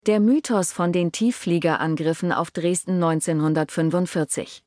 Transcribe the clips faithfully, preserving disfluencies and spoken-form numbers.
Der Mythos von den Tieffliegerangriffen auf Dresden neunzehnhundertfünfundvierzig.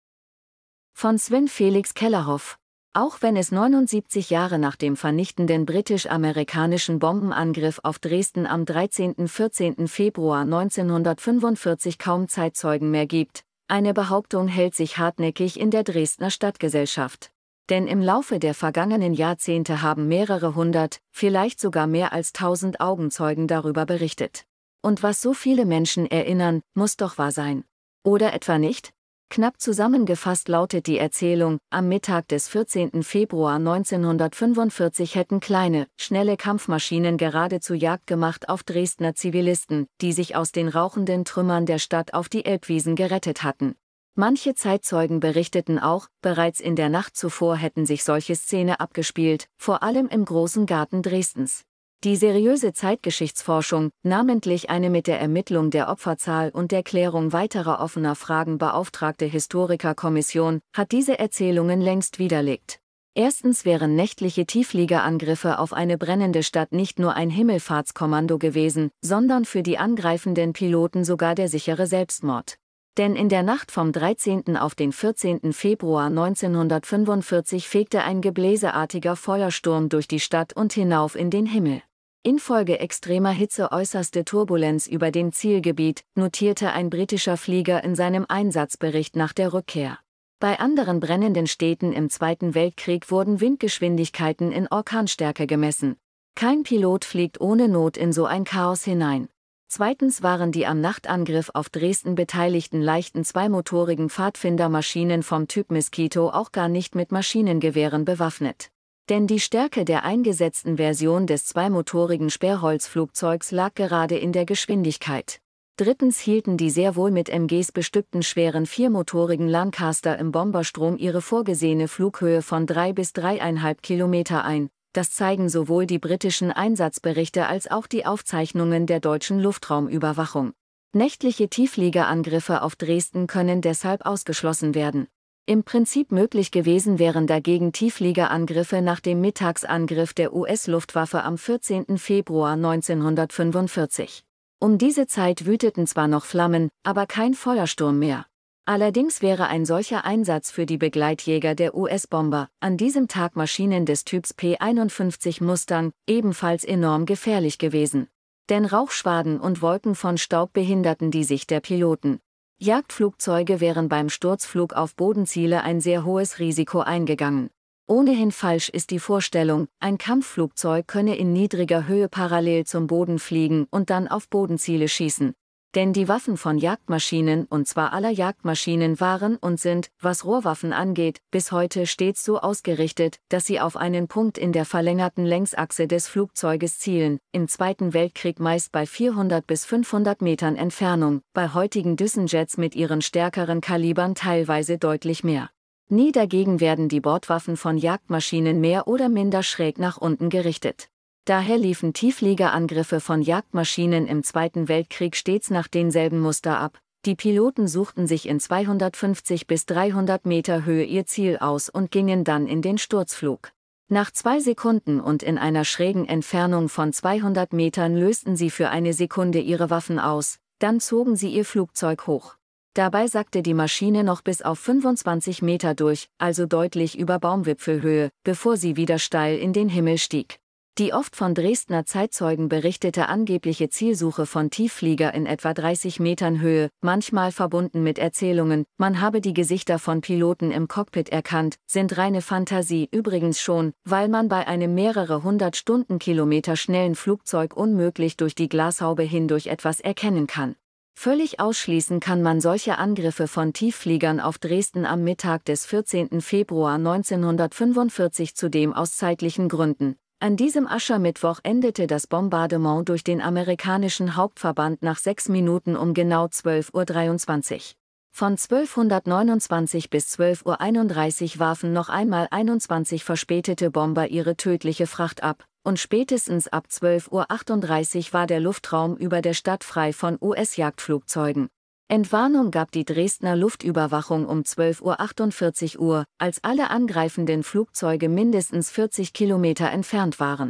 Von Sven Felix Kellerhoff. Auch wenn es neunundsiebzig Jahre nach dem vernichtenden britisch-amerikanischen Bombenangriff auf Dresden am dreizehnten und vierzehnten Februar neunzehnhundertfünfundvierzig kaum Zeitzeugen mehr gibt, eine Behauptung hält sich hartnäckig in der Dresdner Stadtgesellschaft. Denn im Laufe der vergangenen Jahrzehnte haben mehrere hundert, vielleicht sogar mehr als tausend Augenzeugen darüber berichtet. Und was so viele Menschen erinnern, muss doch wahr sein. Oder etwa nicht? Knapp zusammengefasst lautet die Erzählung, am Mittag des vierzehnten Februar neunzehnhundertfünfundvierzig hätten kleine, schnelle Kampfmaschinen geradezu Jagd gemacht auf Dresdner Zivilisten, die sich aus den rauchenden Trümmern der Stadt auf die Elbwiesen gerettet hatten. Manche Zeitzeugen berichteten auch, bereits in der Nacht zuvor hätten sich solche Szenen abgespielt, vor allem im großen Garten Dresdens. Die seriöse Zeitgeschichtsforschung, namentlich eine mit der Ermittlung der Opferzahl und der Klärung weiterer offener Fragen beauftragte Historikerkommission, hat diese Erzählungen längst widerlegt. Erstens wären nächtliche Tieffliegerangriffe auf eine brennende Stadt nicht nur ein Himmelfahrtskommando gewesen, sondern für die angreifenden Piloten sogar der sichere Selbstmord. Denn in der Nacht vom dreizehnten auf den vierzehnten Februar neunzehnhundertfünfundvierzig fegte ein gebläseartiger Feuersturm durch die Stadt und hinauf in den Himmel. Infolge extremer Hitze äußerste Turbulenz über dem Zielgebiet, notierte ein britischer Flieger in seinem Einsatzbericht nach der Rückkehr. Bei anderen brennenden Städten im Zweiten Weltkrieg wurden Windgeschwindigkeiten in Orkanstärke gemessen. Kein Pilot fliegt ohne Not in so ein Chaos hinein. Zweitens waren die am Nachtangriff auf Dresden beteiligten leichten zweimotorigen Pfadfindermaschinen vom Typ Mosquito auch gar nicht mit Maschinengewehren bewaffnet. Denn die Stärke der eingesetzten Version des zweimotorigen Sperrholzflugzeugs lag gerade in der Geschwindigkeit. Drittens hielten die sehr wohl mit M Gs bestückten schweren viermotorigen Lancaster im Bomberstrom ihre vorgesehene Flughöhe von drei bis dreieinhalb Kilometer ein. Das zeigen sowohl die britischen Einsatzberichte als auch die Aufzeichnungen der deutschen Luftraumüberwachung. Nächtliche Tieffliegerangriffe auf Dresden können deshalb ausgeschlossen werden. Im Prinzip möglich gewesen wären dagegen Tieffliegerangriffe nach dem Mittagsangriff der U S-Luftwaffe am vierzehnten Februar neunzehnhundertfünfundvierzig. Um diese Zeit wüteten zwar noch Flammen, aber kein Feuersturm mehr. Allerdings wäre ein solcher Einsatz für die Begleitjäger der U S-Bomber, an diesem Tag Maschinen des Typs P einundfünfzig Mustang, ebenfalls enorm gefährlich gewesen. Denn Rauchschwaden und Wolken von Staub behinderten die Sicht der Piloten. Jagdflugzeuge wären beim Sturzflug auf Bodenziele ein sehr hohes Risiko eingegangen. Ohnehin falsch ist die Vorstellung, ein Kampfflugzeug könne in niedriger Höhe parallel zum Boden fliegen und dann auf Bodenziele schießen. Denn die Waffen von Jagdmaschinen, und zwar aller Jagdmaschinen, waren und sind, was Rohrwaffen angeht, bis heute stets so ausgerichtet, dass sie auf einen Punkt in der verlängerten Längsachse des Flugzeuges zielen, im Zweiten Weltkrieg meist bei vierhundert bis fünfhundert Metern Entfernung, bei heutigen Düsenjets mit ihren stärkeren Kalibern teilweise deutlich mehr. Nie dagegen werden die Bordwaffen von Jagdmaschinen mehr oder minder schräg nach unten gerichtet. Daher liefen Tieffliegerangriffe von Jagdmaschinen im Zweiten Weltkrieg stets nach denselben Muster ab. Die Piloten suchten sich in zweihundertfünfzig bis dreihundert Meter Höhe ihr Ziel aus und gingen dann in den Sturzflug. Nach zwei Sekunden und in einer schrägen Entfernung von zweihundert Metern lösten sie für eine Sekunde ihre Waffen aus, dann zogen sie ihr Flugzeug hoch. Dabei sackte die Maschine noch bis auf fünfundzwanzig Meter durch, also deutlich über Baumwipfelhöhe, bevor sie wieder steil in den Himmel stieg. Die oft von Dresdner Zeitzeugen berichtete angebliche Zielsuche von Tiefflieger in etwa dreißig Metern Höhe, manchmal verbunden mit Erzählungen, man habe die Gesichter von Piloten im Cockpit erkannt, sind reine Fantasie, übrigens schon, weil man bei einem mehrere hundert Stundenkilometer schnellen Flugzeug unmöglich durch die Glashaube hindurch etwas erkennen kann. Völlig ausschließen kann man solche Angriffe von Tieffliegern auf Dresden am Mittag des vierzehnten Februar neunzehnhundertfünfundvierzig zudem aus zeitlichen Gründen. An diesem Aschermittwoch endete das Bombardement durch den amerikanischen Hauptverband nach sechs Minuten um genau zwölf Uhr dreiundzwanzig. Von zwölfhundertneunundzwanzig bis zwölf Uhr einunddreißig warfen noch einmal einundzwanzig verspätete Bomber ihre tödliche Fracht ab, und spätestens ab zwölf Uhr achtunddreißig war der Luftraum über der Stadt frei von U S-Jagdflugzeugen. Entwarnung gab die Dresdner Luftüberwachung um zwölf Uhr achtundvierzig, als alle angreifenden Flugzeuge mindestens vierzig Kilometer entfernt waren.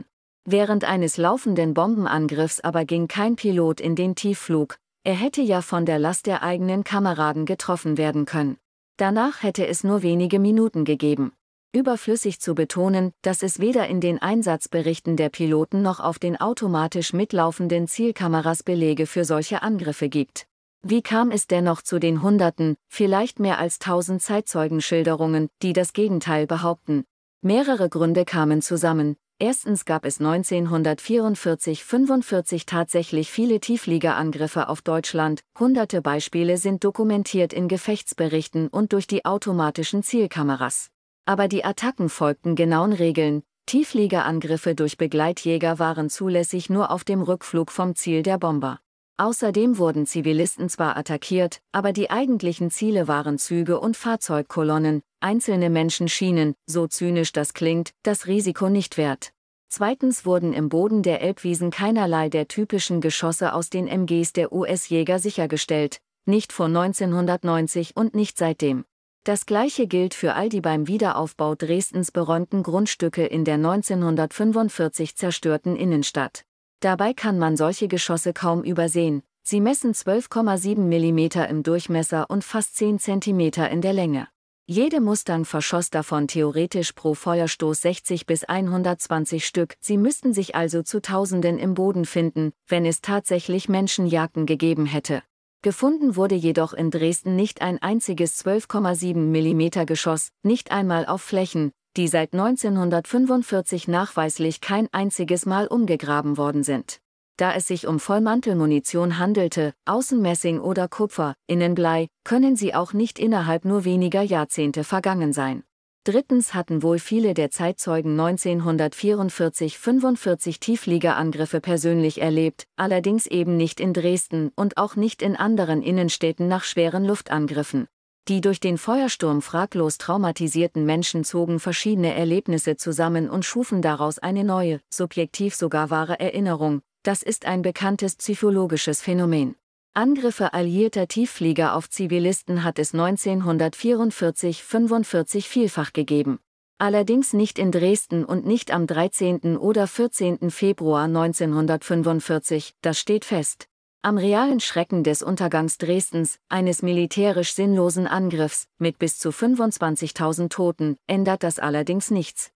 Während eines laufenden Bombenangriffs aber ging kein Pilot in den Tiefflug, er hätte ja von der Last der eigenen Kameraden getroffen werden können. Danach hätte es nur wenige Minuten gegeben. Überflüssig zu betonen, dass es weder in den Einsatzberichten der Piloten noch auf den automatisch mitlaufenden Zielkameras Belege für solche Angriffe gibt. Wie kam es dennoch zu den Hunderten, vielleicht mehr als tausend Zeitzeugenschilderungen, die das Gegenteil behaupten? Mehrere Gründe kamen zusammen. Erstens gab es neunzehnhundertvierundvierzig fünfundvierzig tatsächlich viele Tieffliegerangriffe auf Deutschland, hunderte Beispiele sind dokumentiert in Gefechtsberichten und durch die automatischen Zielkameras. Aber die Attacken folgten genauen Regeln, Tieffliegerangriffe durch Begleitjäger waren zulässig nur auf dem Rückflug vom Ziel der Bomber. Außerdem wurden Zivilisten zwar attackiert, aber die eigentlichen Ziele waren Züge und Fahrzeugkolonnen, einzelne Menschen schienen, so zynisch das klingt, das Risiko nicht wert. Zweitens wurden im Boden der Elbwiesen keinerlei der typischen Geschosse aus den M Gs der U S-Jäger sichergestellt, nicht vor neunzehnhundertneunzig und nicht seitdem. Das gleiche gilt für all die beim Wiederaufbau Dresdens beräumten Grundstücke in der neunzehnhundertfünfundvierzig zerstörten Innenstadt. Dabei kann man solche Geschosse kaum übersehen, sie messen zwölf Komma sieben Millimeter im Durchmesser und fast zehn Zentimeter in der Länge. Jede Mustang verschoss davon theoretisch pro Feuerstoß sechzig bis hundertzwanzig Stück, sie müssten sich also zu Tausenden im Boden finden, wenn es tatsächlich Menschenjagden gegeben hätte. Gefunden wurde jedoch in Dresden nicht ein einziges zwölf Komma sieben Millimeter Geschoss, nicht einmal auf Flächen, die seit neunzehnhundertfünfundvierzig nachweislich kein einziges Mal umgegraben worden sind. Da es sich um Vollmantelmunition handelte, Außenmessing oder Kupfer, Innenblei, können sie auch nicht innerhalb nur weniger Jahrzehnte vergangen sein. Drittens hatten wohl viele der Zeitzeugen neunzehnhundertvierundvierzig fünfundvierzig Tieffliegerangriffe persönlich erlebt, allerdings eben nicht in Dresden und auch nicht in anderen Innenstädten nach schweren Luftangriffen. Die durch den Feuersturm fraglos traumatisierten Menschen zogen verschiedene Erlebnisse zusammen und schufen daraus eine neue, subjektiv sogar wahre Erinnerung. Das ist ein bekanntes psychologisches Phänomen. Angriffe alliierter Tiefflieger auf Zivilisten hat es neunzehnhundertvierundvierzig fünfundvierzig vielfach gegeben. Allerdings nicht in Dresden und nicht am dreizehnten oder vierzehnten Februar neunzehnhundertfünfundvierzig, das steht fest. Am realen Schrecken des Untergangs Dresdens, eines militärisch sinnlosen Angriffs, mit bis zu fünfundzwanzigtausend Toten, ändert das allerdings nichts.